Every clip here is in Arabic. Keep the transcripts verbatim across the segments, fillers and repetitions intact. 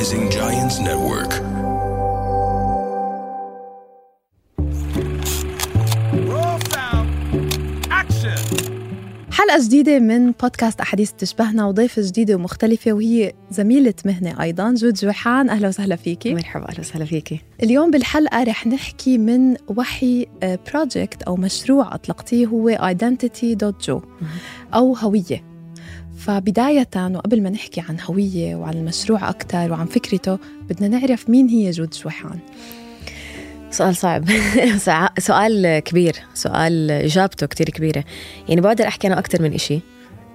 Rising Giants Network. حلقة جديدة من بودكاست أحاديث تشبهنا وضيفة جديدة ومختلفة وهي زميلة مهنة أيضاً جود جويحان. أهلا وسهلا فيكي. مرحبا، أهلا وسهلا فيكي. اليوم بالحلقة رح نحكي من وحي بروجكت أو مشروع أطلقتيه هو identity dot jo أو هوية. فبداية وقبل ما نحكي عن هوية وعن المشروع أكتر وعن فكرته بدنا نعرف مين هي جود جويحان. سؤال صعب سؤال كبير، سؤال إجابته كتير كبيرة. يعني بقدر أحكي أنا أكتر من إشي.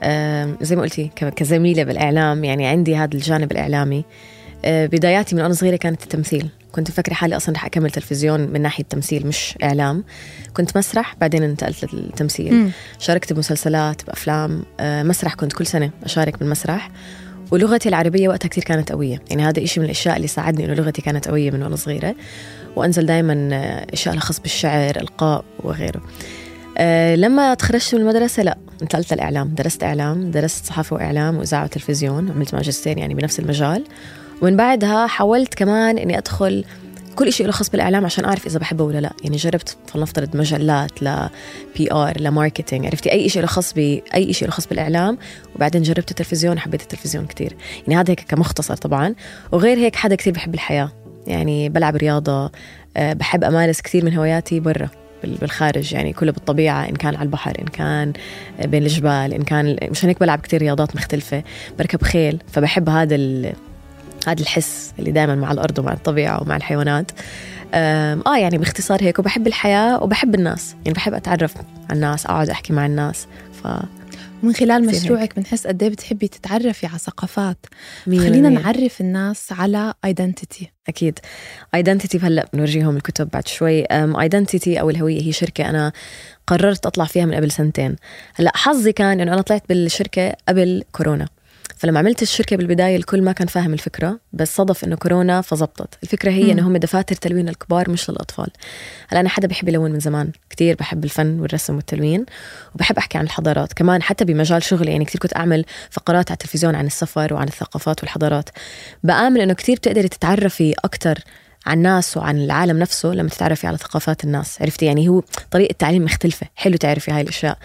زي ما قلتي كزميلة بالإعلام، يعني عندي هذا الجانب الإعلامي. بداياتي من أنا صغيرة كانت التمثيل. كنت فكرة حالي أصلا رح أكمل تلفزيون من ناحية تمثيل مش إعلام. كنت مسرح بعدين انتقلت للتمثيل. م. شاركت بمسلسلات بأفلام. مسرح كنت كل سنة أشارك بالمسرح. ولغتي العربية وقتها كتير كانت قوية. يعني هذا إشي من الأشياء اللي ساعدني إنه لغتي كانت قوية من وأنا صغيرة. وأنزل دايما أشياء لها خاص بالشعر، إلقاء وغيره. أه لما تخرجت من المدرسة لا انتقلت الإعلام. درست إعلام، درست صحافة وإعلام وإذاعة وتلفزيون، عملت ماجستير يعني بنفس المجال. ومن بعدها حاولت كمان إني أدخل كل إشي له خاص بالإعلام عشان أعرف إذا بحبه ولا لا. يعني جربت فلنفترض مجلات، لا بي آر، لا ماركتينج، عرفتي أي إشي له خاص بأي إشي له خاص بالإعلام. وبعدين جربت التلفزيون، حبيت التلفزيون كتير. يعني هذا هيك كمختصر طبعا. وغير هيك حدا كتير بحب الحياة، يعني بلعب رياضة، أه بحب أمارس كثير من هواياتي برا بالخارج، يعني كله بالطبيعة، إن كان على البحر، إن كان بين الجبال، إن كان مشان هيك بلعب كتير رياضات مختلفة. بركب خيل، فبحب هذا هذا الحس اللي دايما مع الأرض ومع الطبيعة ومع الحيوانات. آه يعني باختصار هيك. وبحب الحياة وبحب الناس، يعني بحب أتعرف على الناس، أقعد أحكي مع الناس. ف ومن خلال مشروعك بنحس قد ايه بتحبي تتعرفي على ثقافات. خلينا نعرف الناس على identity. أكيد identity هلأ بنورجيهم الكتب بعد شوي. identity أو الهوية هي شركة أنا قررت أطلع فيها من قبل سنتين. هلأ حظي كان إنه أنا طلعت بالشركة قبل كورونا. فلما عملت الشركة بالبداية الكل ما كان فاهم الفكرة، بس صدف إنه كورونا فزبطت الفكرة. هي إنه هم دفاتر تلوين الكبار مش للأطفال. هلا أنا حدا بحب يلون من زمان كتير، بحب الفن والرسم والتلوين، وبحب أحكي عن الحضارات كمان حتى بمجال شغلي. يعني كتير كنت أعمل فقرات على التلفزيون عن السفر وعن الثقافات والحضارات. بآمن إنه كتير بتقدري تتعرفي أكتر عن الناس وعن العالم نفسه لما تتعرفي على ثقافات الناس. عرفتي يعني هو طريقة تعليم مختلفة، حلو تعرفي هاي الأشياء.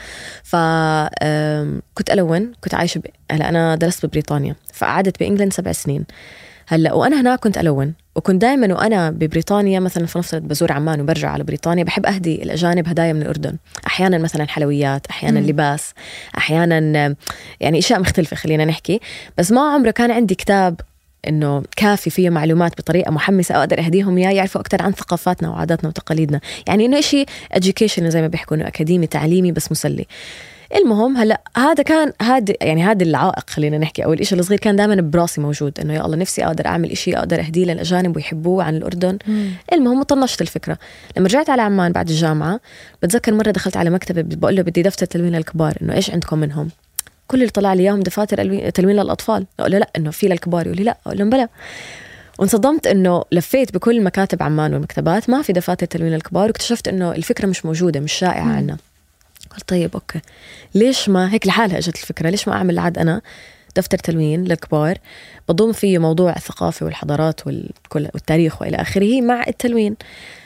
فكنت ألون، كنت عايشة ب... هلا أنا درست ببريطانيا، فقعدت بإنجلند سبع سنين. هلا وأنا هناك كنت ألون، وكنت دائما وأنا ببريطانيا مثلا فنفترض بزور عمان وبرجع على بريطانيا بحب أهدي الأجانب هدايا من الأردن. أحيانا مثلا حلويات، أحيانا م. لباس، أحيانا يعني أشياء مختلفة خلينا نحكي. بس ما عمره كان عندي كتاب إنه كافي فيه معلومات بطريقة محمسة أقدر أهديهم إياه يعرفوا أكتر عن ثقافاتنا وعاداتنا وتقاليدنا. يعني إنه إشي education زي ما بيحكوا، إنه أكاديمي تعليمي بس مسلي. المهم هلا هذا كان هذا يعني هذا العائق خلينا نحكي، أو الإشي الصغير كان دائما براسي موجود، إنه يا الله نفسي أقدر أعمل إشي أقدر أهديه للأجانب ويحبوه عن الأردن. مم. المهم وطنشت الفكرة. لما رجعت على عمان بعد الجامعة بتذكر مرة دخلت على مكتبة بقول له بدي دفتر تلوين للكبار، إنه إيش عندكم منهم؟ كل اللي طلع لي اياهم دفاتر تلوين للاطفال. اقول له لا، انه في للكبار. يقول لي لا. اقول لهم بلا. وانصدمت انه لفيت بكل مكاتب عمان والمكتبات ما في دفاتر تلوين للكبار، واكتشفت انه الفكره مش موجوده، مش شائعه عندنا. قلت طيب اوكي، ليش ما هيك لحالها اجت الفكره، ليش ما اعمل لعد انا دفتر تلوين للكبار بضم فيه موضوع الثقافه والحضارات والتاريخ والى اخره مع التلوين.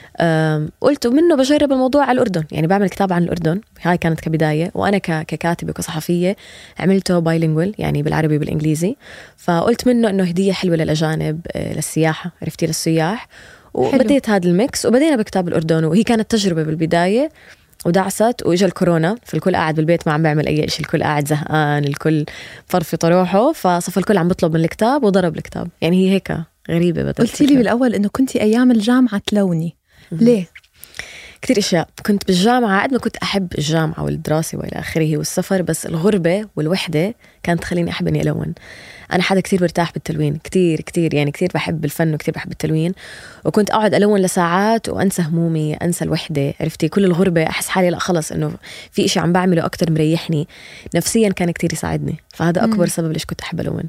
قلت منه بجرب الموضوع على الأردن، يعني بعمل كتاب عن الأردن. هاي كانت كبداية، وأنا ككاتبة وكصحفية عملته بايلينجوال يعني بالعربي وبالإنجليزي. فقلت منه إنه هدية حلوة للأجانب، للسياحة، عرفتي، للسياح. وبديت هذا الميكس وبدينا بكتاب الأردن. وهي كانت تجربة بالبداية ودعست، وإجا الكورونا فالكل قاعد بالبيت ما عم بيعمل أي شيء، الكل قاعد زهقان، الكل فرفي روحه، فصف الكل عم بطلب من الكتاب وضرب الكتاب. يعني هي هيك غريبة. قلتي لي بالأول إنه كنتي أيام الجامعة تلوني، ليه؟ كتير إشياء. كنت بالجامعة قد ما كنت أحب الجامعة والدراسة وإلى آخره والسفر، بس الغربة والوحدة كانت تخليني أحب إني ألون. أنا حدا كتير برتاح بالتلوين، كتير كتير يعني كتير بحب الفن وكتير بحب التلوين. وكنت أقعد ألون لساعات وأنسى همومي، أنسى الوحدة. عرفتي كل الغربة أحس حالي لا خلص إنه في إشي عم بعمله أكتر مريحني نفسيا، كان كتير يساعدني. فهذا أكبر م. سبب ليش كنت أحب ألون.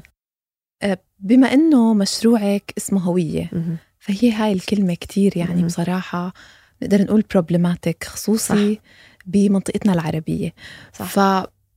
بما إنه مشروعك اسمه هوية، م- فهي هاي الكلمة كتير يعني م- بصراحة نقدر نقول problematic، خصوصي صح. بمنطقتنا العربية. صح.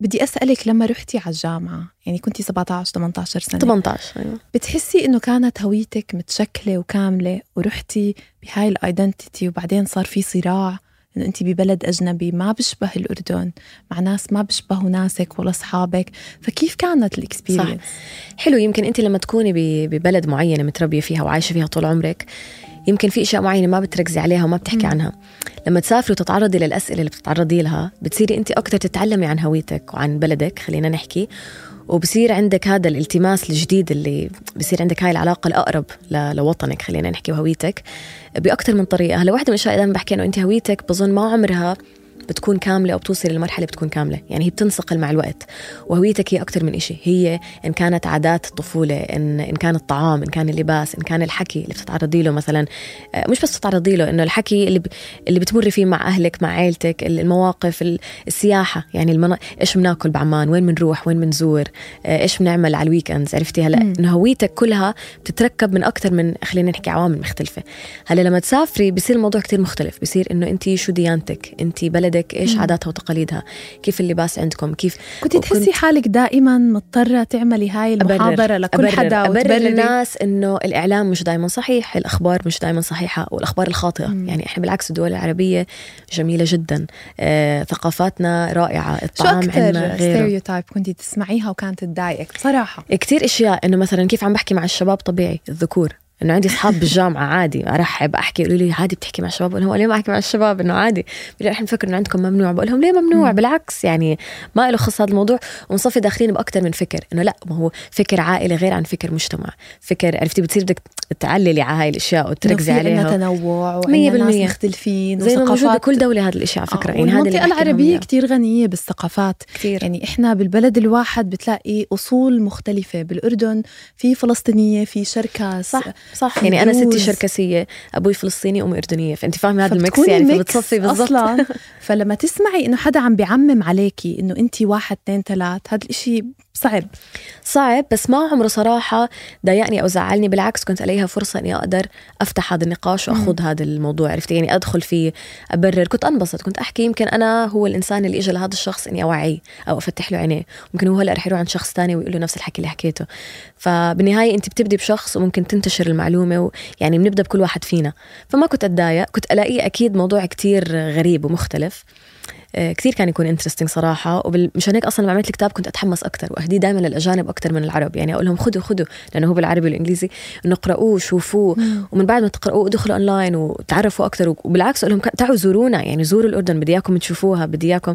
بدي أسألك، لما رحتي على الجامعة يعني كنتي سبعة عشر ثمانية عشر سنة، ثمانية عشر أيوة. بتحسي إنه كانت هويتك متشكلة وكاملة ورحتي بهاي الايدنتيتي وبعدين صار في صراع إنه أنت ببلد أجنبي ما بشبه الأردن مع ناس ما بشبهوا ناسك ولا أصحابك، فكيف كانت الإكسبيرينس؟ حلو. يمكن أنت لما تكوني ببلد معينة متربية فيها وعايشة فيها طول عمرك، يمكن في أشياء معينة ما بتركزي عليها وما بتحكي م. عنها. لما تسافري وتتعرضي للأسئلة اللي بتتعرضي لها بتصيري أنت أكتر تتعلمي عن هويتك وعن بلدك، خلينا نحكي، وبصير عندك هذا الالتماس الجديد اللي بصير عندك هاي العلاقة الأقرب لوطنك، خلينا نحكي، وهويتك بأكتر من طريقة. هلا واحدة من الأشياء دائما بحكي إنه أنت هويتك بظن ما عمرها بتكون كاملة أو بتوصل للمرحلة بتكون كاملة، يعني هي بتنسقل مع الوقت. وهويتك هي أكتر من إشي، هي إن كانت عادات الطفولة، إن إن كان الطعام، إن كان اللباس، إن كان الحكي اللي بتتعرضي له مثلا، مش بس تتعرضي له، إنه الحكي اللي ب... اللي بتمر فيه مع أهلك، مع عائلتك، المواقف، السياحة، يعني المنا... إيش بناكل بعمان، وين بنروح، وين بنزور، إيش بنعمل على الويكندز، عرفتي؟ هلا إنه هويتك كلها بتتركب من أكتر من، خلينا نحكي، عوامل مختلفة. هلا لما تسافري بيصير الموضوع كتير مختلف، بيصير إنه أنت شو ديانتك، أنت بلد إيش عاداتها وتقاليدها، كيف اللباس عندكم، كيف كنت تحسي حالك دائما مضطرة تعملي هاي المحاضرة أبرر لكل أبرر حدا أبرر للناس إنه الإعلام مش دائما صحيح، الأخبار مش دائما صحيحة، والأخبار الخاطئة. مم. يعني إحنا بالعكس الدول العربية جميلة جدا، آه، ثقافاتنا رائعة، الطعام عندنا غيره. ستيريوتايب كنت تسمعيها وكانت تضايقك بصراحة؟ كتير إشياء، إنه مثلا كيف عم بحكي مع الشباب طبيعي، الذكور، إنه عندي أصحاب بالجامعة عادي أرحب أحكي، يقولوا لي عادي بتحكي مع الشباب، أقول لهم ليه ما أحكي مع الشباب؟ إنه عادي. بيقولوا إحنا نفكر إنه عندكم ممنوع، بقول لهم ليه ممنوع؟ مم. بالعكس، يعني ما له خص هذا الموضوع. ونصفي داخلين بأكتر من فكر، إنه لا، ما هو فكر عائلة غير عن فكر مجتمع، فكر، عرفتي؟ بتصير بدك تعللي على هاي الأشياء وتركزي عليها. إنه تنوع وإنه ناس مختلفين زي ما موجود بكل دولة هذا الأشياء على فكرة. آه. يعني المنطقة العربية كتير غنية بالثقافات كتير. يعني إحنا بالبلد الواحد بتلاقي أصول مختلفة. بالأردن في فلسطينية، في شركة، صح صح. يعني أنا ستي شركسية، أبوي فلسطيني، أمي أردنية، فأنت فاهمة هذا الميكس، يعني فبتصفي بالضبط أصلا. فلما تسمعي إنه حدا عم بيعمم عليكي إنه أنت واحد اثنين ثلاث، هذا الإشي صعب صعب، بس ما عمره صراحة ضايقني أو زعلني. بالعكس كنت ألاقيها فرصة إني أقدر أفتح هذا النقاش وأخذ هذا الموضوع، عرفتي؟ يعني أدخل فيه، أبرر، كنت أنبسط، كنت أحكي يمكن أنا هو الإنسان اللي إجا لهذا الشخص إني أوعيه أو أفتح له عينيه، ممكن هو هلأ رح يروح عند شخص تاني ويقول له نفس الحكي اللي حكيته. فبالنهاية أنت بتبدي بشخص وممكن تنتشر المعلومة، ويعني بنبدأ بكل واحد فينا. فما كنت أتضايق، كنت ألاقيه أكيد موضوع كتير غريب ومختلف، كتير كان يكون انترستينج صراحة. ومشان هيك أصلا لما عملت الكتاب كنت أتحمس أكتر وأهديه دائما للأجانب أكتر من العرب، يعني أقول لهم خدوا خدوا، لأنه هو بالعربي والإنجليزي، إنه اقرأوه شوفوه، ومن بعد ما تقرأوه ادخلوا أونلاين وتعرفوا أكتر. وبالعكس أقول لهم تعالوا زورونا، يعني زوروا الأردن، بدي إياكم تشوفوها، بدي إياكم.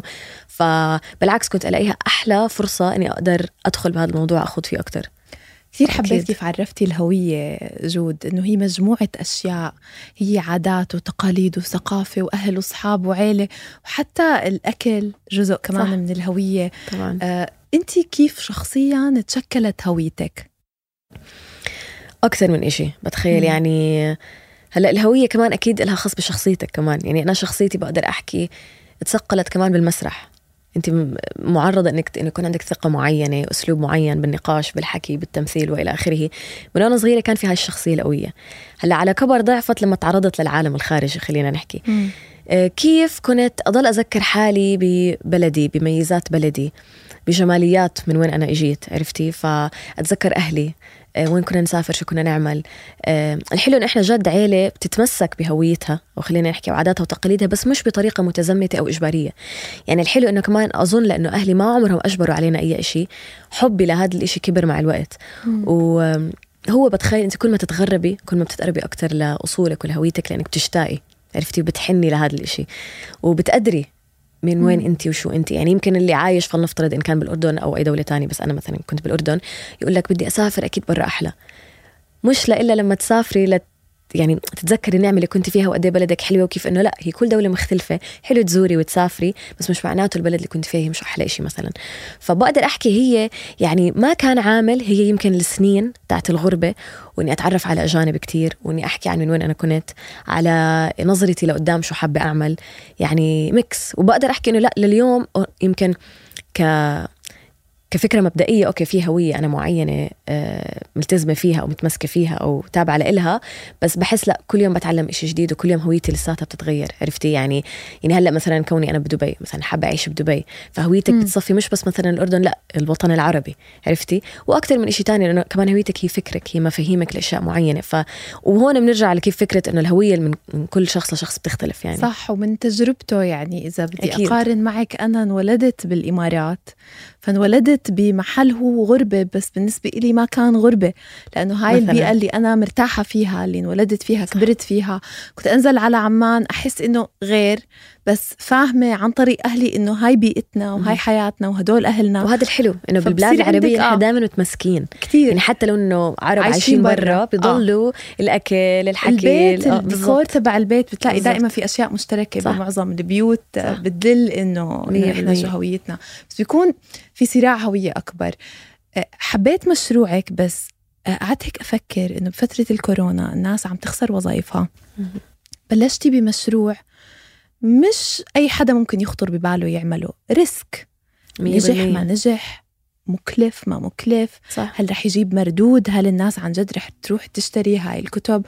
فبالعكس كنت ألاقيها أحلى فرصة إني أقدر أدخل بهذا الموضوع أخذ فيه أكتر. كثير حبيت كيف عرفتي الهوية جود، إنه هي مجموعة أشياء، هي عادات وتقاليد وثقافة وأهل وأصحاب وعيلة، وحتى الأكل جزء كمان صح. من الهوية طبعا. آه، أنتي كيف شخصيا تشكلت هويتك؟ أكثر من إشي بتخيل. م. يعني هلأ الهوية كمان أكيد لها خص بشخصيتك كمان. يعني أنا شخصيتي بقدر أحكي تسقلت كمان بالمسرح. أنت معرضة إنك إن يكون عندك ثقة معينة، أسلوب معين بالنقاش، بالحكي، بالتمثيل وإلى آخره. من أنا صغيرة كان في هاي الشخصية القوية. هلا على كبر ضعفت لما تعرضت للعالم الخارجي، خلينا نحكي. م. كيف كنت أضل أذكر حالي ببلدي، بميزات بلدي، بجماليات من وين أنا إجيت، عرفتي؟ فأتذكر أهلي، وين كنا نسافر، شو كنا نعمل. الحلو إن إحنا جد عيلة بتتمسك بهويتها، وخلينا نحكي وعاداتها وتقاليدها، بس مش بطريقة متزمتة أو إجبارية. يعني الحلو إنه كمان أظن لأنه أهلي ما عمرهم أجبروا علينا أي إشي، حبي لهذا الإشي كبر مع الوقت. وهو بتخيل أنت كل ما تتغربي كل ما بتتقربي أكتر لأصولك ولهويتك، لأنك بتشتاقي، عرفتي؟ وبتحني لهذا الإشي وبتقدري من وين أنتي وشو أنتي. يعني يمكن اللي عايش فلنفترض إن كان بالأردن أو أي دولة تانية، بس أنا مثلا كنت بالأردن، يقول لك بدي أسافر أكيد برا أحلى، مش لا إلا لما تسافري لت يعني تتذكري النعمة اللي كنت فيها وقد ايه بلدك حلوة، وكيف إنه لا، هي كل دولة مختلفة، حلو تزوري وتسافري، بس مش معناته البلد اللي كنت فيه مش أحلى إشي مثلا. فبقدر أحكي هي يعني ما كان عامل، هي يمكن السنين تاعت الغربة، وإني أتعرف على أجانب كتير، وإني أحكي عن من وين أنا كنت، على نظرتي لقدام شو حابة أعمل، يعني ميكس. وبقدر أحكي إنه لا، لليوم يمكن ك كفكرة مبدئية أوكي في هوية أنا معينة ملتزمة فيها أو متمسكة فيها أو تابعة لإلها، بس بحس لا كل يوم بتعلم إشي جديد وكل يوم هويتي لساتها بتتغير. عرفتي يعني يعني هلأ مثلا كوني أنا بدبي مثلا حابة أعيش بدبي، فهويتك م. بتصفي مش بس مثلا الأردن، لا الوطن العربي. عرفتي؟ وأكتر من إشي تاني لأنه كمان هويتك هي فكرك، هي مفاهيمك لأشياء معينة. ف وهون بنرجع لكيف فكرة إنه الهوية من كل شخص لشخص بتختلف يعني. صح، ومن تجربته يعني إذا بدي أكيد. أقارن معك، أنا انولدت بالإمارات، فانولدت بمحل هو غربة، بس بالنسبة إلي ما كان غربة، لأنه هاي مثلاً. البيئة اللي أنا مرتاحة فيها، اللي انولدت فيها، صح. كبرت فيها. كنت أنزل على عمان أحس إنه غير، بس فاهمة عن طريق أهلي إنه هاي بيئتنا وهاي حياتنا وهدول أهلنا. وهذا الحلو إنه بالبلاد العربية إحنا آه. دائما متمسكين كتير، يعني حتى لو إنه عرب عايشين برا بيضلوا آه. الأكل الحكي البيت آه. الديكور تبع البيت بتلاقي بالزبط. دائما في أشياء مشتركة، صح. بمعظم البيوت بتدل إنه إحنا شو هويتنا، بس بيكون في صراع هوية أكبر. حبيت مشروعك، بس قعدت هيك أفكر إنه بفترة الكورونا الناس عم تخسر وظائفها، بلشتي بمشروع مش أي حدا ممكن يخطر بباله يعمله، ريسك، نجح ما نجح، مكلف ما مكلف، صح. هل رح يجيب مردود، هل الناس عن جد رح تروح تشتري هاي الكتب؟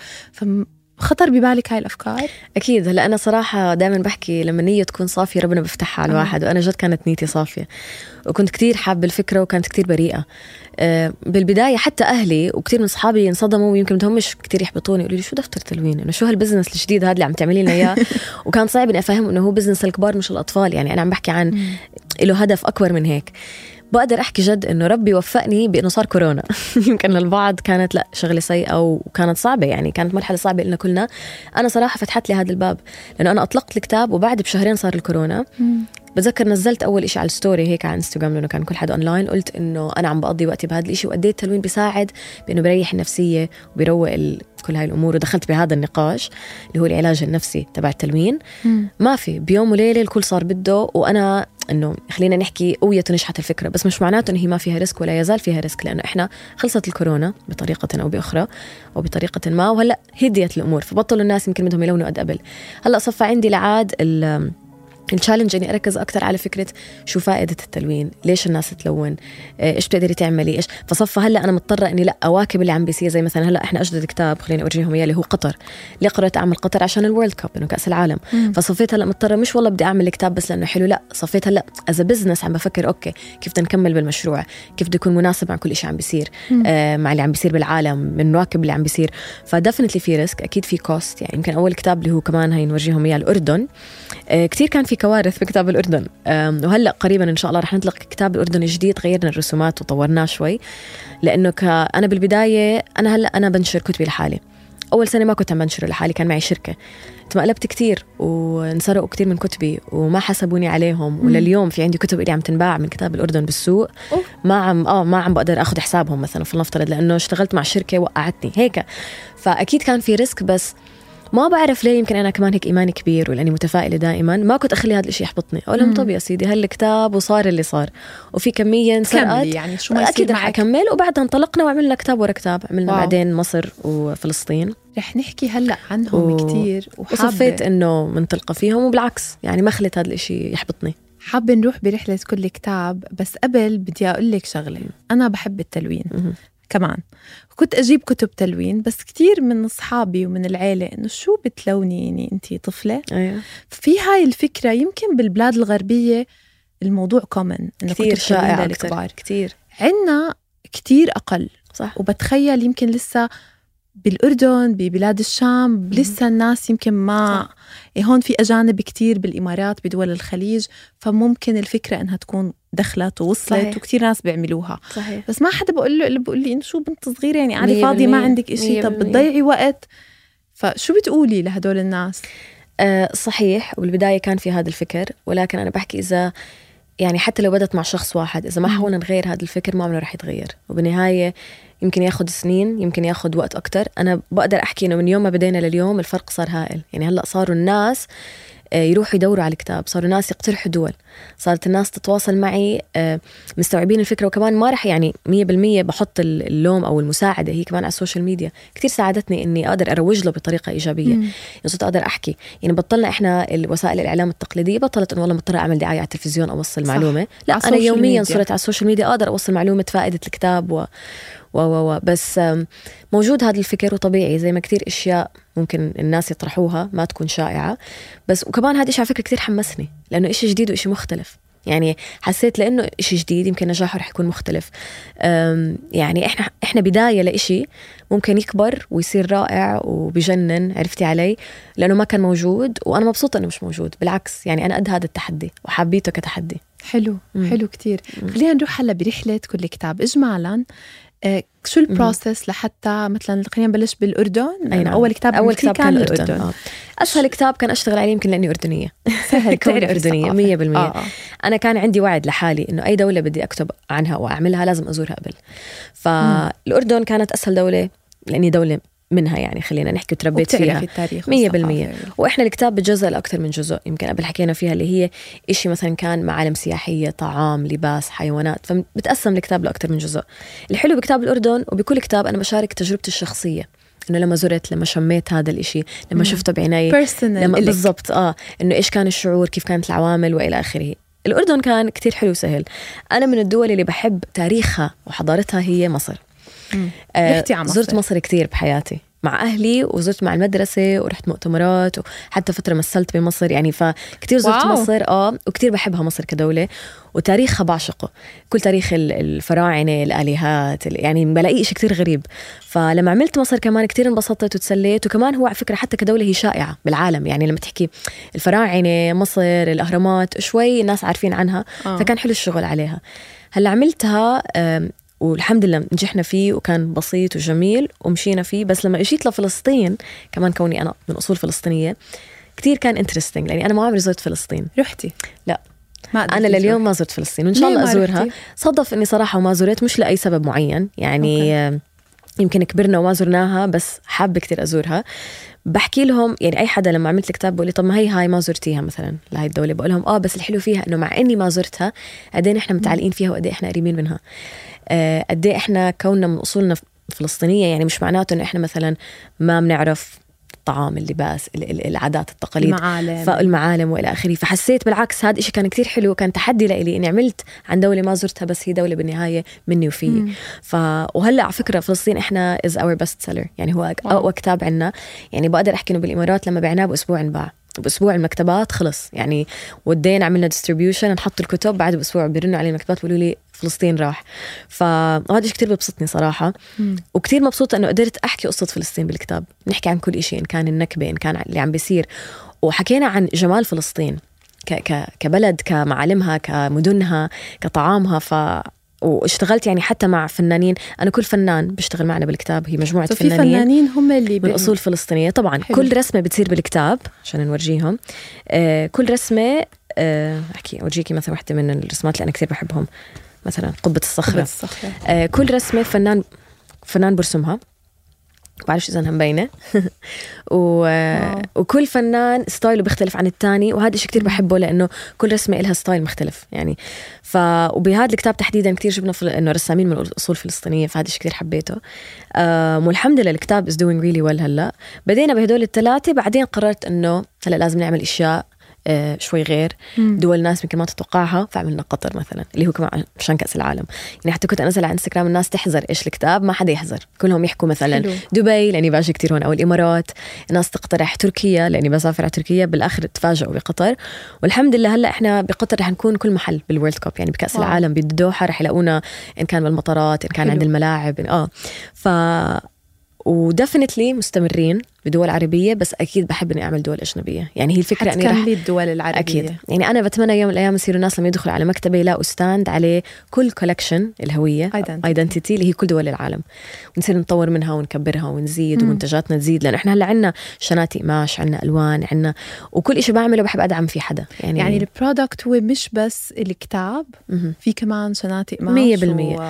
فخطر ببالك هاي الأفكار؟ أكيد. هلا أنا صراحة دائما بحكي لما نية تكون صافية ربنا بفتحها على الواحد، وأنا جد كانت نيتي صافية وكنت كتير حابة الفكرة وكانت كتير بريئة. أه بالبداية حتى أهلي وكتير من صحابي ينصدموا ويمكن بدهم مش كتير يحبطوني، يقولوا لي شو دفتر تلوين، إنه شو هالبزنس الجديد هذا اللي عم تعملي لنا إياه. وكان صعب إني أفهم إنه هو بزنس الكبار مش الأطفال، يعني أنا عم بحكي عن له هدف أكبر من هيك. بقدر أحكي جد إنه ربي وفقني بإنه صار كورونا. يمكن للبعض كانت لا شغلة سيئة وكانت صعبة، يعني كانت مرحلة صعبة لنا كلنا. أنا صراحة فتحت لي هذا الباب لأنه أنا أطلقت الكتاب وبعد بشهرين صار الكورونا. بتذكر نزلت أول إشي على الستوري هيك على انستغرام لأنه كان كل حد أونلاين، قلت إنه أنا عم بقضي وقتي بهذا الإشي وقديت التلوين بيساعد بإنه بريح النفسية وبيروق كل هاي الأمور. ودخلت بهذا النقاش اللي هو العلاج النفسي تبع التلوين. مم. ما في بيوم وليلة الكل صار بده، وأنا إنه خلينا نحكي قوية نجحت الفكرة، بس مش معناته إنه هي ما فيها ريسك ولا يزال فيها ريسك، لأنه إحنا خلصت الكورونا بطريقة أو بأخرى أو بطريقة ما، وهلأ هديت الأمور فبطلوا الناس يمكن بدهم يلونوا قد قبل. هلأ صفى عندي لعاد ال التشالنج اني اركز اكثر على فكره شو فائده التلوين، ليش الناس تلون، ايش بتقدري تعملي ايش. فصفى هلا انا مضطره اني لا اواكب اللي عم بيصير، زي مثلا هلا احنا اجدد كتاب خليني اورجيهم اياه اللي هو قطر، اللي قررت اعمل قطر عشان الورلد كاب انه كاس العالم. مم. فصفيت هلا مضطره مش والله بدي اعمل كتاب بس لانه حلو، لا صفيت هلا از بزنس عم بفكر اوكي كيف بدنا نكمل بالمشروع، كيف بده يكون مناسب مع كل شيء عم بيصير، آه مع اللي عم بيصير بالعالم، من نواكب اللي عم بيصير. فدفنتلي في ريسك، اكيد في كوست. يعني يمكن اول كتاب اللي هو كمان هي نورجيهم اياه الاردن، آه كتير كان في كوارث بكتاب الأردن. وهلأ قريبا إن شاء الله رح نطلق كتاب الأردن جديد، غيرنا الرسومات وطورناه شوي، لأنه أنا بالبداية أنا هلأ أنا بنشر كتبي لحالي. أول سنة ما كنت عم بنشر لحالي، كان معي شركة، تمقلبت كتير وانسرقوا كتير من كتبي وما حسبوني عليهم. ولليوم في عندي كتب اللي عم تنباع من كتاب الأردن بالسوق ما عم آه ما عم بقدر أخذ حسابهم مثلا فلنفترض، لأنه اشتغلت مع شركة وقعتني هيك. فأكيد كان في ريسك، بس ما بعرف ليه، يمكن أنا كمان هيك إيماني كبير ولأني متفائلة دائما، ما كنت أخلي هذا الإشي يحبطني. أقول لهم طب يا سيدي هالكتاب وصار اللي صار وفي كمية انسرقت، يعني شو ما أكيد رح أكمل. وبعدها انطلقنا وعملنا كتاب ورا كتاب، عملنا واو. بعدين مصر وفلسطين رح نحكي هلأ عنهم و... كتير، وصفيت إنه منطلقة فيهم، وبالعكس يعني ما خليت هذا الإشي يحبطني. حابة نروح برحلة كل كتاب، بس قبل بدي أقول لك شغلة. أنا بحب التلوين م- كمان، كنت أجيب كتب تلوين، بس كتير من أصحابي ومن العيلة إنه شو بتلوني يعني أنتي طفلة. أيوة. في هاي الفكرة يمكن بالبلاد الغربية الموضوع كومن، إنه كتير شائع أكتر، كتير عنا كتير أقل. صح. وبتخيل يمكن لسه بالأردن ببلاد الشام لسه الناس يمكن ما صح. هون في أجانب كتير بالإمارات بدول الخليج، فممكن الفكرة إنها تكون دخلت ووصلت. صحيح. وكتير ناس بيعملوها. صحيح. بس ما حدا بقول له اللي بقول لي إنه شو بنت صغيرة يعني قاعدة فاضية ما عندك إشي، طب بتضيعي وقت. فشو بتقولي لهدول الناس؟ أه صحيح، والبداية كان في هذا الفكر، ولكن أنا بحكي إذا يعني حتى لو بدت مع شخص واحد، إذا ما حاولنا نغير هذا الفكر ما عمره رح يتغير، وبالنهاية يمكن ياخد سنين، يمكن ياخد وقت أكتر. أنا بقدر أحكي إنه من يوم ما بدينا لليوم الفرق صار هائل. يعني هلأ صاروا الناس يروحوا يدوروا على الكتاب، صاروا ناس يقترحوا دول، صارت الناس تتواصل معي مستوعبين الفكرة. وكمان ما رح يعني مية بالمية بحط اللوم أو المساعدة، هي كمان على السوشيال ميديا كتير ساعدتني إني أقدر أروج له بطريقة إيجابية. يعني صرت أقدر أحكي، يعني بطلنا إحنا الوسائل الإعلام التقليدية بطلت إنه والله مضطرة أعمل دعاية على التلفزيون أوصل معلومة، لا أنا يوميا ميديا. صرت على السوشيال ميديا أقدر أوصل معلومة فائدة الكتاب و و و بس موجود هذا الفكر وطبيعي زي ما كتير إشياء ممكن الناس يطرحوها ما تكون شائعة. بس وكمان هذا الشيء على فكرة كتير حمسني لأنه إشي جديد وإشي مختلف. يعني حسيت لأنه إشي جديد يمكن نجاحه رح يكون مختلف. يعني إحنا إحنا بداية لإشي ممكن يكبر ويصير رائع وبيجنن، عرفتي علي؟ لأنه ما كان موجود وأنا مبسوطة إنه مش موجود. بالعكس يعني أنا قد هذا التحدي وحبيته كتحدي. حلو مم. حلو كتير. خلينا نروح هلا برحلة كل كتاب إجمالا. آه شو البروسيس لحتى مثلا خلينا نبلش بالأردن؟ أي نعم. أول كتاب أول كتاب كان الأردن, الأردن. آه. أسهل كتاب كان أشتغل عليه يمكن لأني أردنية. سهل كوني أردنية مية بالمية. آه آه. أنا كان عندي وعد لحالي إنه أي دولة بدي أكتب عنها وأعملها لازم أزورها قبل. فالأردن كانت أسهل دولة لأني دولة منها، يعني خلينا نحكي وتربيت فيها مية بالمية. وإحنا الكتاب بجزء لأكثر من جزء، يمكن قبل حكينا فيها اللي هي إشي مثلا كان معالم سياحية، طعام، لباس، حيوانات، فبتقسم الكتاب لأكثر من جزء. الحلو بكتاب الأردن وبكل كتاب أنا بشارك تجربتي الشخصية، إنه لما زرت، لما شميت هذا الإشي، لما شفته بعيني، لما بالضبط آه إنه إيش كان الشعور، كيف كانت العوامل وإلى آخره. الأردن كان كتير حلو وسهل. أنا من الدول اللي بحب تاريخها وحضارتها هي مصر. آه زرت مصر كتير بحياتي مع أهلي، وزرت مع المدرسة ورحت مؤتمرات، وحتى فترة مثلت بمصر يعني، فكتير زرت واو. مصر آه وكتير بحبها مصر كدولة، وتاريخها بعشقه، كل تاريخ الفراعنة، الآلهات، يعني بلاقي إشي كتير غريب. فلما عملت مصر كمان كتير انبسطت وتسليت. وكمان هو على فكرة حتى كدولة هي شائعة بالعالم، يعني لما تحكي الفراعنة، مصر، الأهرامات شوي الناس عارفين عنها آه. فكان حلو الشغل عليها. هلا عملتها والحمد لله نجحنا فيه وكان بسيط وجميل ومشينا فيه. بس لما اجيت لفلسطين كمان، كوني أنا من أصول فلسطينية، كتير كان انترستينج لأني أنا ما عمري زرت فلسطين. رحتي؟ لا ما أنا لليوم ما زرت فلسطين، وإن شاء الله أزورها. صدف إني صراحة وما زرت، مش لأي سبب معين يعني أوكي. يمكن كبرنا وما زرناها، بس حابة كتير أزورها. بحكي لهم يعني أي حدا لما عملت الكتاب بقول لي طب ما هي هاي ما زرتيها مثلا لهي الدولة، بقول لهم آه بس الحلو فيها إنه مع إني ما زرتها قدين إحنا متعلقين فيها وقدين إحنا قريبين منها. آه قدين إحنا كوننا من أصولنا فلسطينية، يعني مش معناته إنه إحنا مثلا ما بنعرف الطعام، اللباس، العادات، التقاليد، المعالم, فالمعالم وإلى آخره. فحسيت بالعكس هذا إشي كان كتير حلو، كان تحدي لإلي إني عملت عن دولة ما زرتها، بس هي دولة بالنهاية مني وفي. ف وهلأ على فكرة فلسطين إحنا is our best seller، يعني هو أقوى كتاب عنا. يعني بقدر أحكي إنه بالإمارات لما بعناه بأسبوع انباع، بأسبوع المكتبات خلص يعني، ودينا عملنا distribution، نحط الكتب بعد بأسبوع بيرنوا علي المكتبات بيقولوا لي فلسطين راح. فهذا شيء كتير ببسطني صراحة. مم. وكتير مبسوطة أنه قدرت أحكي قصة فلسطين بالكتاب، نحكي عن كل إشي، إن كان النكبة، إن كان اللي عم بيصير، وحكينا عن جمال فلسطين ك ك كبلد، كمعالمها، كمدنها، كطعامها. ف واشتغلت يعني حتى مع فنانين، أنا كل فنان بيشتغل معنا بالكتاب، هي مجموعة فنانين, فنانين هم اللي من أصول فلسطينية طبعا. حلو. كل رسمة بتصير بالكتاب عشان نورجيهم. آه كل رسمة آه أحكي أورجيكي مثلا واحدة من الرسمات اللي أنا كثير بحبهم، مثلا قبة الصخرة, قبة الصخرة. آه كل رسمة فنان فنان برسمها، بعرفش إذا هم باينة و... وكل فنان ستايله بيختلف عن التاني، وهذا الشيء كتير بحبه لأنه كل رسمة إلها ستايل مختلف يعني. ف وبهذا الكتاب تحديدا كتير جبنا فل... إنه رسامين من أصول فلسطينية، فهذا الشيء كتير حبيته. آه والحمد لله الكتاب is doing really well. هلا بدينا بهدول الثلاثة، بعدين قررت إنه هلا لازم نعمل إشياء آه شوي غير، دول ناس يمكن ما تتوقعها، فعملنا قطر مثلا اللي هو كمان عشان كأس العالم. يعني حتى كنت أنزل على انستغرام الناس تحذر إيش الكتاب، ما حدا يحذر، كلهم يحكوا مثلا حلو. دبي لأني باجي كتير هون، أو الإمارات. الناس تقترح تركيا لأني بسافر على تركيا، بالآخر تفاجئوا بقطر. والحمد لله هلا إحنا بقطر رح نكون كل محل بالورلد كوب، يعني بكأس واو. العالم بالدوحة رح يلاقونا، إن كان بالمطارات، إن كان حلو. عند الملاعب آه ف ودفنتلي مستمرين بدول عربية، بس أكيد بحب إني أعمل دول أجنبية. يعني هي الفكرة إني راح الدول العربية أكيد. يعني أنا بتمنى يوم من الأيام يصيروا الناس لما يدخلوا على مكتبة يلاقوا ستاند عليه كل كولكشن الهوية identity اللي هي كل دول العالم، ونصير نطور منها ونكبرها ونزيد، ومنتجاتنا تزيد، لأن إحنا هلا عنا شناتي قماش، عنا ألوان، عنا وكل إشي بعمله بحب أدعم فيه حدا. يعني يعني البرودكت هو مش بس الكتاب، في كمان شناتي قماش مية بالمية و...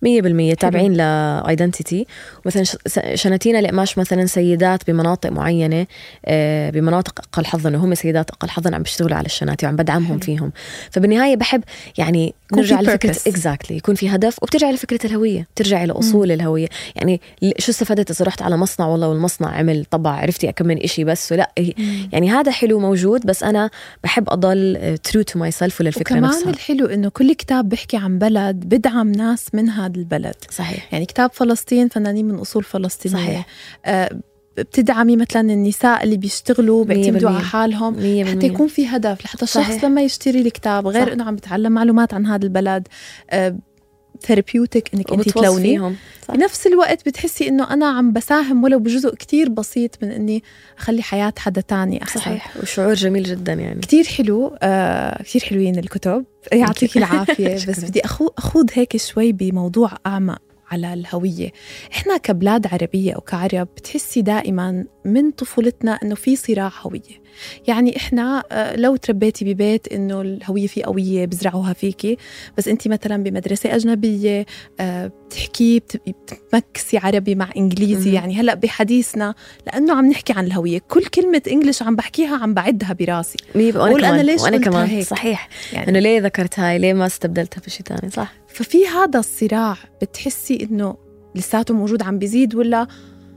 مية بالمية تابعين لايدنتيتي. مثلا شناتينا لقماش مثلا سيدات بمناطق معينة بمناطق أقل حظاً، وهم سيدات أقل حظاً عم بيشتغلوا على الشناتي وعم بدعمهم حلو. فيهم. فبالنهاية بحب يعني نرجع لفكرة exactly يكون في هدف، وبترجع لفكرة الهوية، ترجع لأصول الهوية. يعني شو استفدت إذا رحت على مصنع والله والمصنع عمل طبع عرفتي أكمل إشي بس ولا مم. يعني هذا حلو موجود، بس أنا بحب أضل true to myself وللفكرة نفسها. وكمان الحلو إنه كل كتاب بيحكي عن بلد بدعم ناس من هذا البلد. صحيح. يعني كتاب فلسطين فنانين من أصول فلسطينية. صحيح. آه بتدعمي مثلا النساء اللي بيشتغلوا بيعتمدوا على حالهم حتى يكون في هدف، لحتى الشخص لما يشتري الكتاب غير صح. إنه عم بتعلم معلومات عن هذا البلد، آه ثيرابيوتيك إنك أنت تلوني، بنفس الوقت بتحسي إنه أنا عم بساهم ولو بجزء كتير بسيط من إني أخلي حياة حدا تاني أحسن. صحيح. وشعور جميل جدا يعني كتير حلو. آه كتير حلوين الكتب، يعطيك العافية. بس بدي أخو أخوض هيك شوي بموضوع أعمق على الهوية. إحنا كبلاد عربية أو كعرب بتحسي دائما من طفولتنا إنه في صراع هوية. يعني إحنا لو تربيتي ببيت إنه الهوية فيه قوية بزرعوها فيكي، بس أنتي مثلا بمدرسة أجنبية بتحكي بتمكسي عربي مع إنجليزي. يعني هلأ بحديثنا لأنه عم نحكي عن الهوية، كل كلمة إنجليش عم بحكيها عم بعدها براسي، وأنا أنا ليش وأنا كمان هيك؟ صحيح. يعني إنه ليه ذكرت هاي، ليه ما استبدلتها بشي تاني. صح. ففي هذا الصراع بتحسي إنه لساته موجود عم بيزيد ولا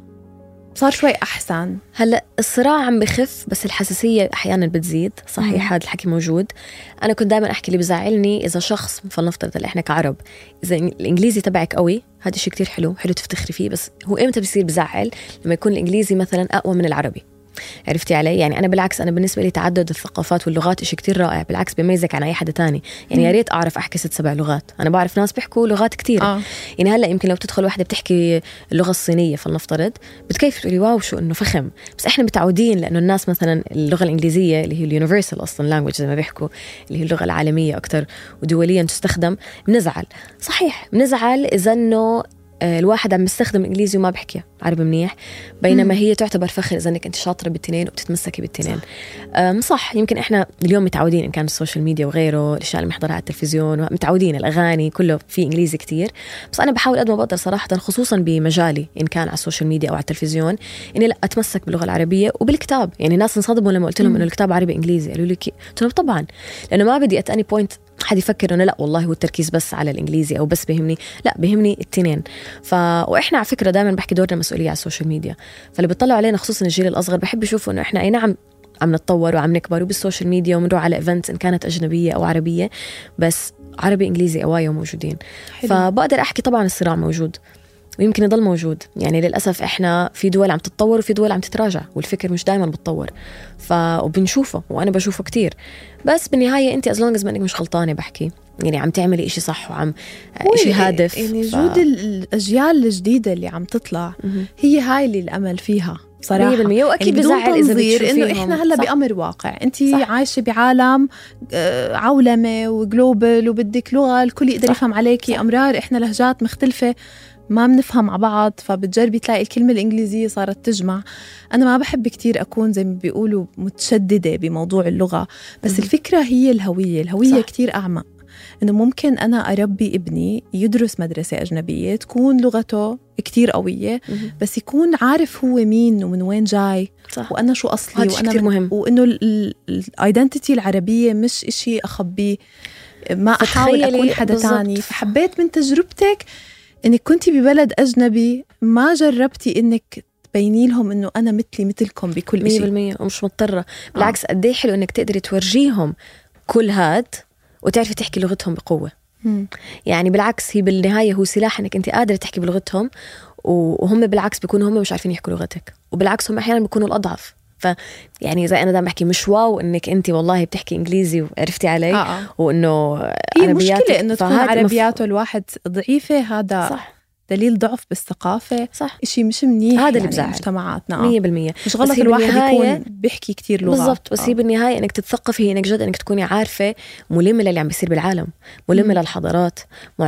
صار شوي أحسن؟ هلأ الصراع عم بخف، بس الحساسية أحيانا بتزيد. صحيح. هذا الحكي موجود. أنا كنت دائما أحكي اللي بزعلني إذا شخص فلنفترض اللي إحنا كعرب إذا الإنجليزي تبعك قوي، هذا الشيء كتير حلو حلو تفتخري فيه، بس هو إمتى بيصير بزعل؟ لما يكون الإنجليزي مثلا أقوى من العربي. عرفتي علي؟ يعني أنا بالعكس، أنا بالنسبة لي تعدد الثقافات واللغات إشي كتير رائع، بالعكس بيميزك عن أي حدا تاني. يعني يا ريت أعرف أحكي ست سبع لغات. أنا بعرف ناس بيحكوا لغات كتير. آه. يعني هلأ يمكن لو تدخل واحدة بتحكي اللغة الصينية فلنفترض بتكيف تقولي واو شو إنه فخم، بس إحنا متعودين لأنه الناس مثلا اللغة الإنجليزية اللي هي اليونيفرسال أصلا لانجويج زي ما بيحكوا، اللي هي اللغة العالمية أكتر ودوليا تستخدم، بنزعل. صحيح بنزعل إذا إنه الواحد عم بيستخدم إنجليزي وما بحكي عربي منيح، بينما مم. هي تعتبر فخر إذا أنك أنت شاطرة بالتنين وبتتمسكي بالتنين. صح. صح. يمكن إحنا اليوم متعودين إن كان السوشيال ميديا وغيره، الأشياء اللي بنحضرها على التلفزيون متعودين، الأغاني كله في إنجليزي كتير. بس أنا بحاول قد ما بقدر صراحة، خصوصا بمجالي إن كان على السوشيال ميديا أو على التلفزيون، إني لا أتمسك باللغة العربية وبالكتاب. يعني ناس انصدموا لما قلت لهم إنه الكتاب عربي إنجليزي، قالوا لي كي؟ قلت لهم طبعا، لأنه ما بدي أتأني بوينت حد يفكر إنه لا والله هو التركيز بس على الإنجليزي أو بس بيهمني، لا بيهمني التنين. ف وإحنا على فكرة دائما بحكي دورنا مسؤولية على السوشيال ميديا، فاللي بيطلعوا علينا خصوصا الجيل الأصغر بحب يشوفوا إنه إحنا أي نعم عم نتطور وعم نكبر وبالسوشيال ميديا ومنروح على إيفنتس إن كانت أجنبية أو عربية، بس عربي إنجليزي أوايا موجودين. حلو. فبقدر أحكي طبعا الصراع موجود ويمكن يضل موجود. يعني للأسف إحنا في دول عم تتطور وفي دول عم تتراجع، والفكر مش دائما بتطور، ف وبنشوفه وأنا بشوفه كتير. بس بالنهاية أنت as long as ما أنك مش غلطانة بحكي، يعني عم تعملي إشي صح وعم إشي هادف. يعني ف... جود الأجيال الجديدة اللي عم تطلع م- هي هاي اللي الأمل فيها صراحة. وأكيد يعني بزعل إذا بتشوفيهم إنه إحنا هلا بأمر واقع، أنت عايشة بعالم عولمة وجلوبال وبدك لغة الكل يقدر يفهم عليكي. أمرار إحنا لهجات مختلفة ما بنفهم مع بعض، فبتجربي تلاقي الكلمة الإنجليزية صارت تجمع. أنا ما بحب كتير أكون زي ما بيقولوا متشددة بموضوع اللغة، بس م- الفكرة هي الهوية. الهوية صح. كتير أعمق، إنه ممكن أنا أربي ابني يدرس مدرسة أجنبية تكون لغته كتير قوية، م- بس يكون عارف هو مين ومن وين جاي صح. وأنا شو أصلي، وأنا كتير مهم. وإنه الأيدنتيتي العربية مش إشي أخبيه، ما أحاول أكون حدا بالزبط. تاني. فحبيت من تجربتك إنك كنتي ببلد أجنبي ما جربتي إنك تبيني لهم إنه أنا مثلي مثلكم بكل شيء. مية بالمية ومش مضطرة. بالعكس آه. قديه حلو إنك تقدري تورجيهم كل هاد وتعرفي تحكي لغتهم بقوة. م. يعني بالعكس هي بالنهاية هو سلاح إنك أنت قادرة تحكي بلغتهم، وهم بالعكس بيكونوا هم مش عارفين يحكوا لغتك، وبالعكس هم أحيانا بيكونوا الأضعف. ف يعني زي أنا دائما بحكي مش واو إنك أنت والله بتحكي إنجليزي وعرفتي علي آه. وإنه هي مشكلة إنه تكون عربياته مف... الواحد ضعيفة. هذا صح. دليل ضعف بالثقافة. صح. إشي مش منيح هذا اللي يعني بزعل مجتمعاتنا. مية بالمية. مش غلط الواحد يكون بيحكي كتير لغة بالضبط، بس هي بالنهاية إنك تتثقفي، إنك جد إنك تكوني عارفة ملمة للي عم بيصير بالعالم، ملمة م. للحضارات،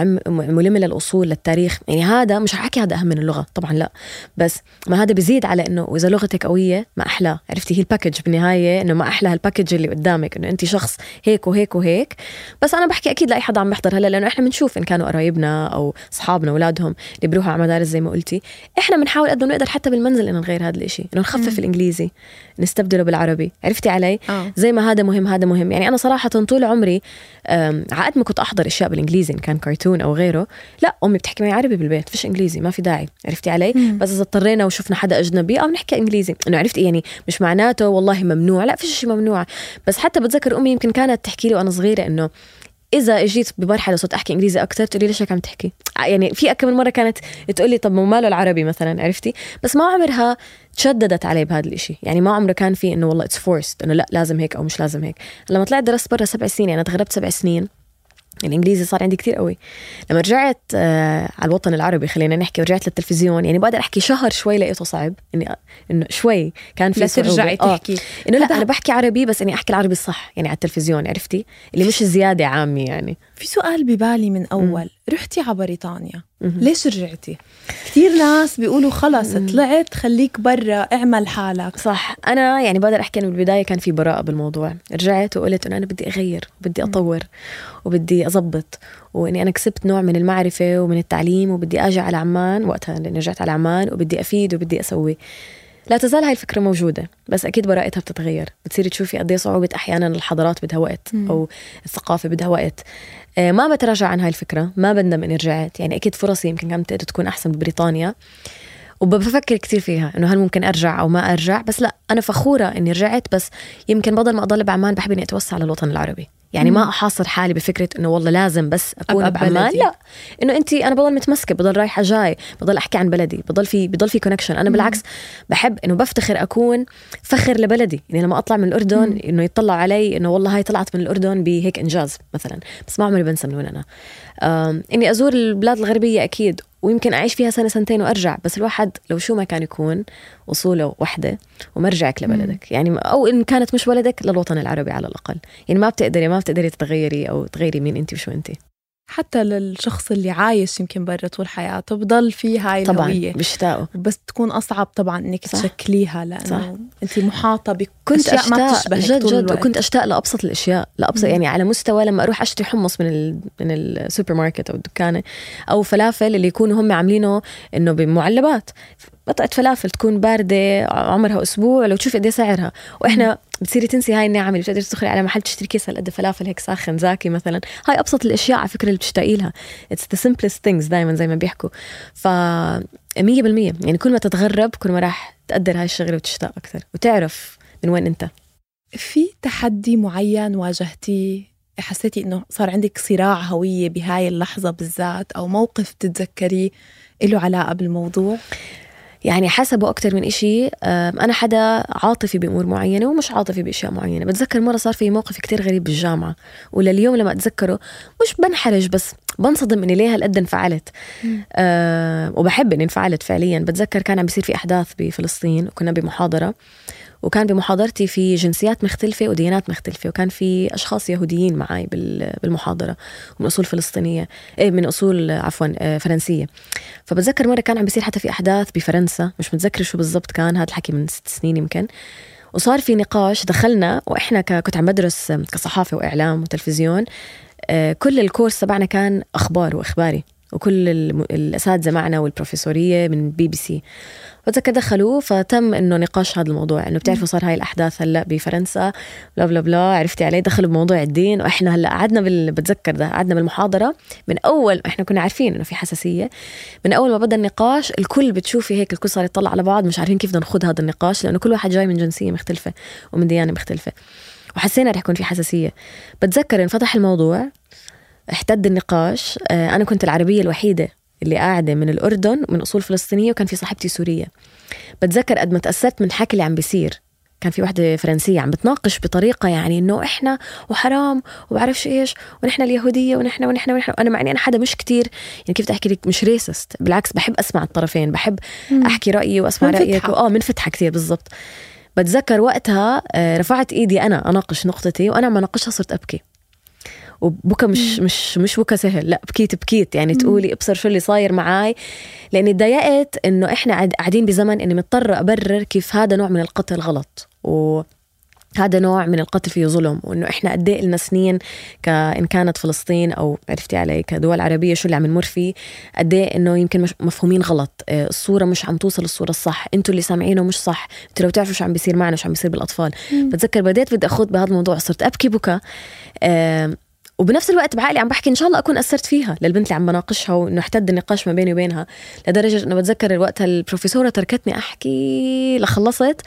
ملمة للأصول، للتاريخ. يعني هذا مش رح أحكي هذا أهم من اللغة طبعا لا، بس ما هذا بيزيد على إنه إذا لغتك قوية ما أحلى. عرفتي هي الباكج بالنهاية، إنه ما أحلى هالباكج اللي قدامك، إنه أنت شخص هيك وهيك وهيك. بس أنا بحكي أكيد لأي حدا عم بيحضر هلا، لأنه إحنا بنشوف إن كانوا قرايبنا أو أصحابنا أولادهم اللي بيروحوا على مدارس زي ما قلتي، إحنا بنحاول قد ما نقدر حتى بالمنزل إنه نغير هذا الإشي، إنه نخفف م. الإنجليزي نستبدله بالعربي. عرفتي علي؟ أوه. زي ما هذا مهم هذا مهم. يعني أنا صراحة طول عمري عقد ما كنت أحضر أشياء بالإنجليزي إن كان كرتون أو غيره، لا أمي بتحكي معي عربي بالبيت، فيش إنجليزي، ما في داعي. عرفتي علي؟ م. بس إذا اضطرينا وشفنا حدا أجنبي أو نحكي إنجليزي، إنه عرفتي يعني مش معناته والله ممنوع، لا فيش شيء ممنوع. بس حتى بتذكر أمي يمكن كانت تحكي لي وأنا صغيرة إنه إذا اجيت بمرحلة صرت أحكي إنجليزي أكتر تقولي ليش هيك عم تحكي. يعني في أكم من مرة كانت تقولي طب ما ماله العربي مثلا. عرفتي؟ بس ما عمرها تشددت علي بهذا الإشي. يعني ما عمره كان في إنه والله it's forced إنه لا لازم هيك أو مش لازم هيك. لما طلعت درست برا سبع سنين، يعني تغربت سبع سنين، الإنجليزي صار عندي كتير قوي. لما رجعت آه على الوطن العربي خلينا نحكي، ورجعت للتلفزيون، يعني بقدر أحكي شهر شوي لقيته صعب إني إنه شوي كان في ترجعي تحكي آه. إنه لا أنا بحكي عربي بس إني أحكي العربي الصح يعني على التلفزيون. عرفتي اللي مش زيادة عامي. يعني في سؤال ببالي من أول م. رحتي على بريطانيا ليش رجعتي؟ كتير ناس بيقولوا خلص طلعت خليك برا اعمل حالك. صح. أنا يعني بقدر أحكي أنه بالبداية كان في براءة بالموضوع. رجعت وقلت أنه أنا بدي أغير وبدي أطور وبدي أضبط، وإني أنا كسبت نوع من المعرفة ومن التعليم، وبدي أجي على عمان وقتها لأني رجعت على عمان، وبدي أفيد وبدي أسوي. لا تزال هاي الفكرة موجودة، بس أكيد براءتها بتتغير. بتصيري تشوفي قد ايه صعوبة أحيانا الحضارات بدها وقت أو الثقافة بدها وقت. آه ما بتراجع عن هاي الفكرة، ما بندم إني رجعت. يعني أكيد فرصي يمكن كانت تكون أحسن ببريطانيا، وبفكر كتير فيها إنه هل ممكن أرجع أو ما أرجع. بس لا أنا فخورة إني رجعت، بس يمكن بدل ما أضل بعمان بحب إني أتوسع للوطن العربي. يعني ما أحاصر حالي بفكرة إنه والله لازم بس أكون بعمان، لا إنه أنتي أنا بضل متمسكة، بضل رايحة جاي، بضل أحكي عن بلدي، بضل في بضل في كونكشن. أنا بالعكس بحب إنه بفتخر أكون فخر لبلدي. يعني لما أطلع من الأردن مم. إنه يطلع علي إنه والله هاي طلعت من الأردن بهيك إنجاز مثلا. بس ما عمري بنسى من وين أنا. إني أزور البلاد الغربية أكيد، ويمكن أعيش فيها سنة سنتين وأرجع. بس الواحد لو شو ما كان يكون وصوله وحدة ومرجعك لبلدك. يعني أو إن كانت مش ولدك للوطن العربي على الأقل. يعني ما بتقدري ما بتقدري تتغيري أو تغيري مين أنت وشو أنت. حتى للشخص اللي عايش يمكن برا طول حياته بضل فيه هاي الهوية بشتاقه، بس تكون أصعب طبعا إنك صح. تشكليها لأنه صح. أنت محاطة كنت أشتاق ما بتشبهك جد طول جد الوقت. وكنت أشتاق لأبسط الأشياء لأبسط مم. يعني على مستوى لما أروح أشتري حمص من ال من السوبر ماركت أو الدكانة أو فلافل اللي يكونوا هم عاملينه إنه بمعلبات، قطعة فلافل تكون باردة عمرها أسبوع لو تشوفي قديه سعرها، وإحنا بتصيري تنسي هاي النعم اللي بتقدري تدخلي على محل تشتري كيس هالقد فلافل هيك ساخن زاكي مثلا. هاي أبسط الأشياء على فكرة اللي بتشتاقي لها. It's the simplest things دايما زي ما بيحكوا. ف مية بالمية يعني كل ما تتغرب كل ما راح تقدر هاي الشغلة وتشتاق أكثر وتعرف من وين أنت. في تحدي معين واجهتي حسيتي إنه صار عندك صراع هوية بهاي اللحظة بالذات، أو موقف تتذكريه له علاقة بالموضوع؟ يعني حسبه أكتر من إشي. أنا حدا عاطفي بأمور معينة ومش عاطفي بأشياء معينة. بتذكر مرة صار في موقف كتير غريب بالجامعة، ولليوم لما أتذكره مش بنحرج بس بنصدم إني ليه هالقد انفعلت. أه وبحب إني انفعلت فعليا. بتذكر كان عم بيصير في أحداث بفلسطين وكنا بمحاضرة، وكان بمحاضرتي في جنسيات مختلفة وديانات مختلفة، وكان في أشخاص يهوديين معي بالمحاضرة من أصول فلسطينية إيه من أصول عفوا فرنسية. فبتذكر مرة كان عم بيصير حتى في أحداث بفرنسا، مش متذكر شو بالضبط كان، هذا الحكي من ست سنين يمكن. وصار في نقاش دخلنا، وإحنا كنت عم بدرس كصحافة وإعلام وتلفزيون. كل الكورس تبعنا كان أخبار وإخباري، وكل الأساتذة معنا والبروفيسورية من بي بي سي. بتذكر دخلوا فتم إنه نقاش هذا الموضوع، إنه بتعرفوا صار هاي الأحداث هلأ بفرنسا بلا بلا بلا. عرفتي عليه؟ دخلوا بموضوع الدين، وإحنا هلأ قعدنا بال... بتذكر ده قعدنا بالمحاضرة من أول إحنا كنا عارفين إنه في حساسية. من أول ما بدأ النقاش الكل بتشوفي هيك الكل صار يطلع على بعض، مش عارفين كيف بدنا نخوض هذا النقاش، لأنه كل واحد جاي من جنسية مختلفة ومن ديانة مختلفة، وحسينا رح يكون في حساسية. بتذكر انفتح الموضوع، احتد النقاش. أنا كنت العربية الوحيدة اللي قاعدة من الأردن من أصول فلسطينية، وكان في صاحبتي سورية. بتذكر قد ما تأثرت من حكي اللي عم بيصير كان في واحدة فرنسية عم بتناقش بطريقة يعني إنه إحنا وحرام وبعرفش إيش ونحن اليهودية ونحن ونحن ونحن أنا معني أنا حدا مش كتير يعني كيف تحكي لك مش ريسست، بالعكس بحب أسمع الطرفين، بحب مم. أحكي رأيي وأسمع رأيك وآه منفتحة كتير بالضبط. بتذكر وقتها رفعت إيدي أنا أناقش نقطتي، وأنا ما ناقشها صرت أبكي، وبكى مش مم. مش مش بكى سهل، لا بكيت بكيت يعني مم. تقولي ابصر شو اللي صاير معاي، لأني ضايقت إنه إحنا قاعدين بزمن إني مضطرة أبرر كيف هذا نوع من القتل غلط، وهذا نوع من القتل فيه ظلم، وإنه إحنا قديه لنا سنين كإن كانت فلسطين أو عرفتي علي كدول عربية شو اللي عم نمر فيه، قديه إنه يمكن مش مفهومين غلط، الصورة مش عم توصل الصورة الصح، أنتوا اللي سامعينه مش صح، أنتوا لو تعرفوا شو عم بيصير معنا شو عم بيصير بالأطفال. مم. بتذكر بديت بدي أخوض بهذا الموضوع، صرت أبكي بكى، أه وبنفس الوقت بعقلي عم بحكي إن شاء الله أكون أثرت فيها للبنت اللي عم بناقشها، وإنه احتد النقاش ما بيني وبينها، لدرجة إنه بتذكر الوقت البروفيسورة تركتني أحكي لخلصت،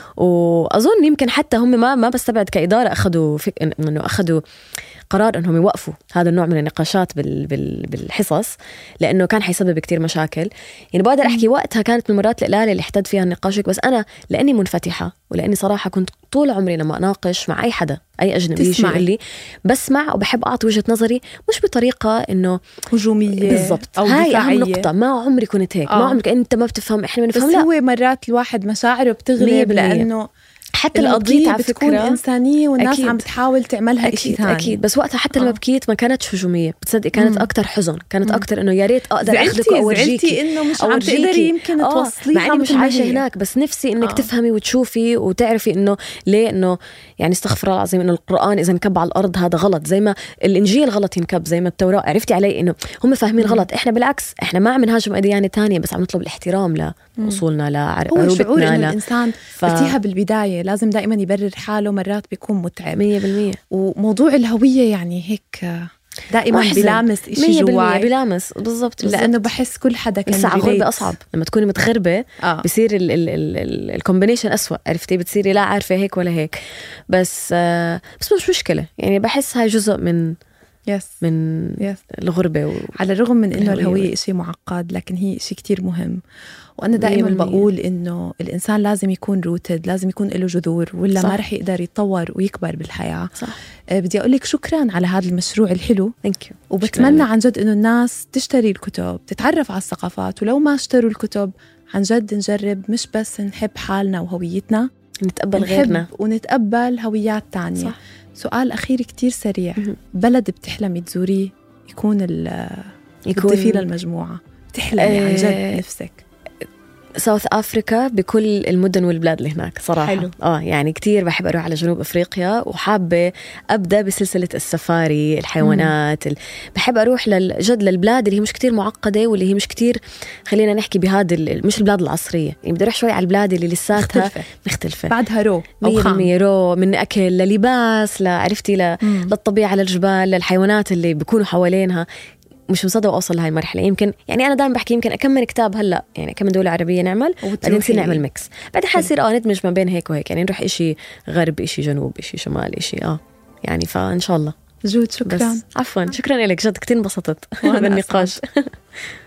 وأظن يمكن حتى هم ما ما بستبعد كإدارة أخذوا فك... إنه أخذوا قرار إنهم يوقفوا هذا النوع من النقاشات بال... بال... بالحصص، لأنه كان حيسبب كتير مشاكل. يعني بقدر أحكي وقتها كانت من المرات القليلة اللي احتد فيها النقاش، بس أنا لأني منفتحة ولأني صراحة كنت طول عمري لما أناقش مع أي حدا أي أجنبي يجي يقول لي بسمع وبحب أعطي وجهة نظري، مش بطريقة إنه هجومية بالضبط، هاي أهم نقطة، ما عمري كنت هيك. آه. ما عمرك أنت ما بتفهم إحنا بنفهم، بس لا. هو مرات الواحد مشاعره بتغلب، لأنه حتى القضية بتكون إنسانية والناس أكيد. عم بتحاول تعملها أكيد. إشي ثاني. أكيد. بس وقتها حتى لما بكيت ما كانتش هجومية، بتصدقي كانت أكتر حزن، كانت أكتر إنه يا ريت أقدر أخذك وأورجيكي إنه مش عم تقدري يمكن توصليها، مع إني مش عايشة هناك، بس نفسي إنك آه. تفهمي وتشوفي وتعرفي إنه ليه، إنه يعني استغفر الله العظيم إنه القرآن إذا انكب على الأرض هذا غلط، زي ما الإنجيل غلط ينكب، زي ما التوراة. عرفتي علي إنه هم فاهمين غلط، إحنا بالعكس إحنا ما عم نهاجم أديان تانية، بس عم نطلب الاحترام لأصولنا لعروبتنا. هو شعور إنه الإنسان ف... قلتيها بالبداية لازم دائما يبرر حاله، مرات بيكون متعب مية بالمية. وموضوع الهوية يعني هيك دائما بلامس إشي جواي، بلامس بالضبط، لأنه بحس كل حدا كان لسه غربة أصعب لما تكوني متغربة. آه. بصير الكومبينيشن أسوأ، عرفتي بتصيري لا عارفة هيك ولا هيك، بس آه بس مش مشكلة يعني، بحس هاي جزء من يس من يس. الغربة و... على الرغم من إنه الهوية إشي معقد، لكن هي إشي كتير مهم. وأنا دائما بقول إنه الإنسان لازم يكون روتد، لازم يكون له جذور، ولا صح. ما رح يقدر يتطور ويكبر بالحياة. صح. أه بدي أقول لك شكرا على هذا المشروع الحلو. Thank you. وبتمنى عن جد إنه الناس تشتري الكتب، تتعرف على الثقافات، ولو ما اشتروا الكتب عن جد نجرب مش بس نحب حالنا وهويتنا، نتقبل غيرنا ونتقبل هويات تانية. صح. سؤال أخير كتير سريع، بلد بتحلمي تزوريه يكون ال يكون فيه للمجموعة، بتحلمي عن جد نفسك؟ ساوث أفريكا بكل المدن والبلاد اللي هناك صراحة. حلو. آه يعني كتير بحب أروح على جنوب أفريقيا، وحابة أبدأ بسلسلة السفاري الحيوانات ال... بحب أروح للجد للبلاد اللي هي مش كتير معقدة، واللي هي مش كتير خلينا نحكي بهذا ال... مش البلاد العصرية يعني، بدي أروح شوي على البلاد اللي لساتها مختلفة, مختلفة. بعدها رو أو خام رو من أكل للباس لعرفتي ل... للطبيعة للجبال للحيوانات اللي بيكونوا حوالينها. مش مصدق أوصل لهاي المرحلة. يمكن يعني أنا دائما بحكي يمكن أكمل كتاب هلأ يعني أكمل دولة عربية نعمل، بعدين نصير نعمل ميكس، بعدين حاصير آه ندمج ما بين هيك وهيك، يعني نروح إشي غرب إشي جنوب إشي شمال إشي آه يعني فإن شاء الله. جود شكرا. عفوا شكرا لك جد كتير انبسطت بالنقاش.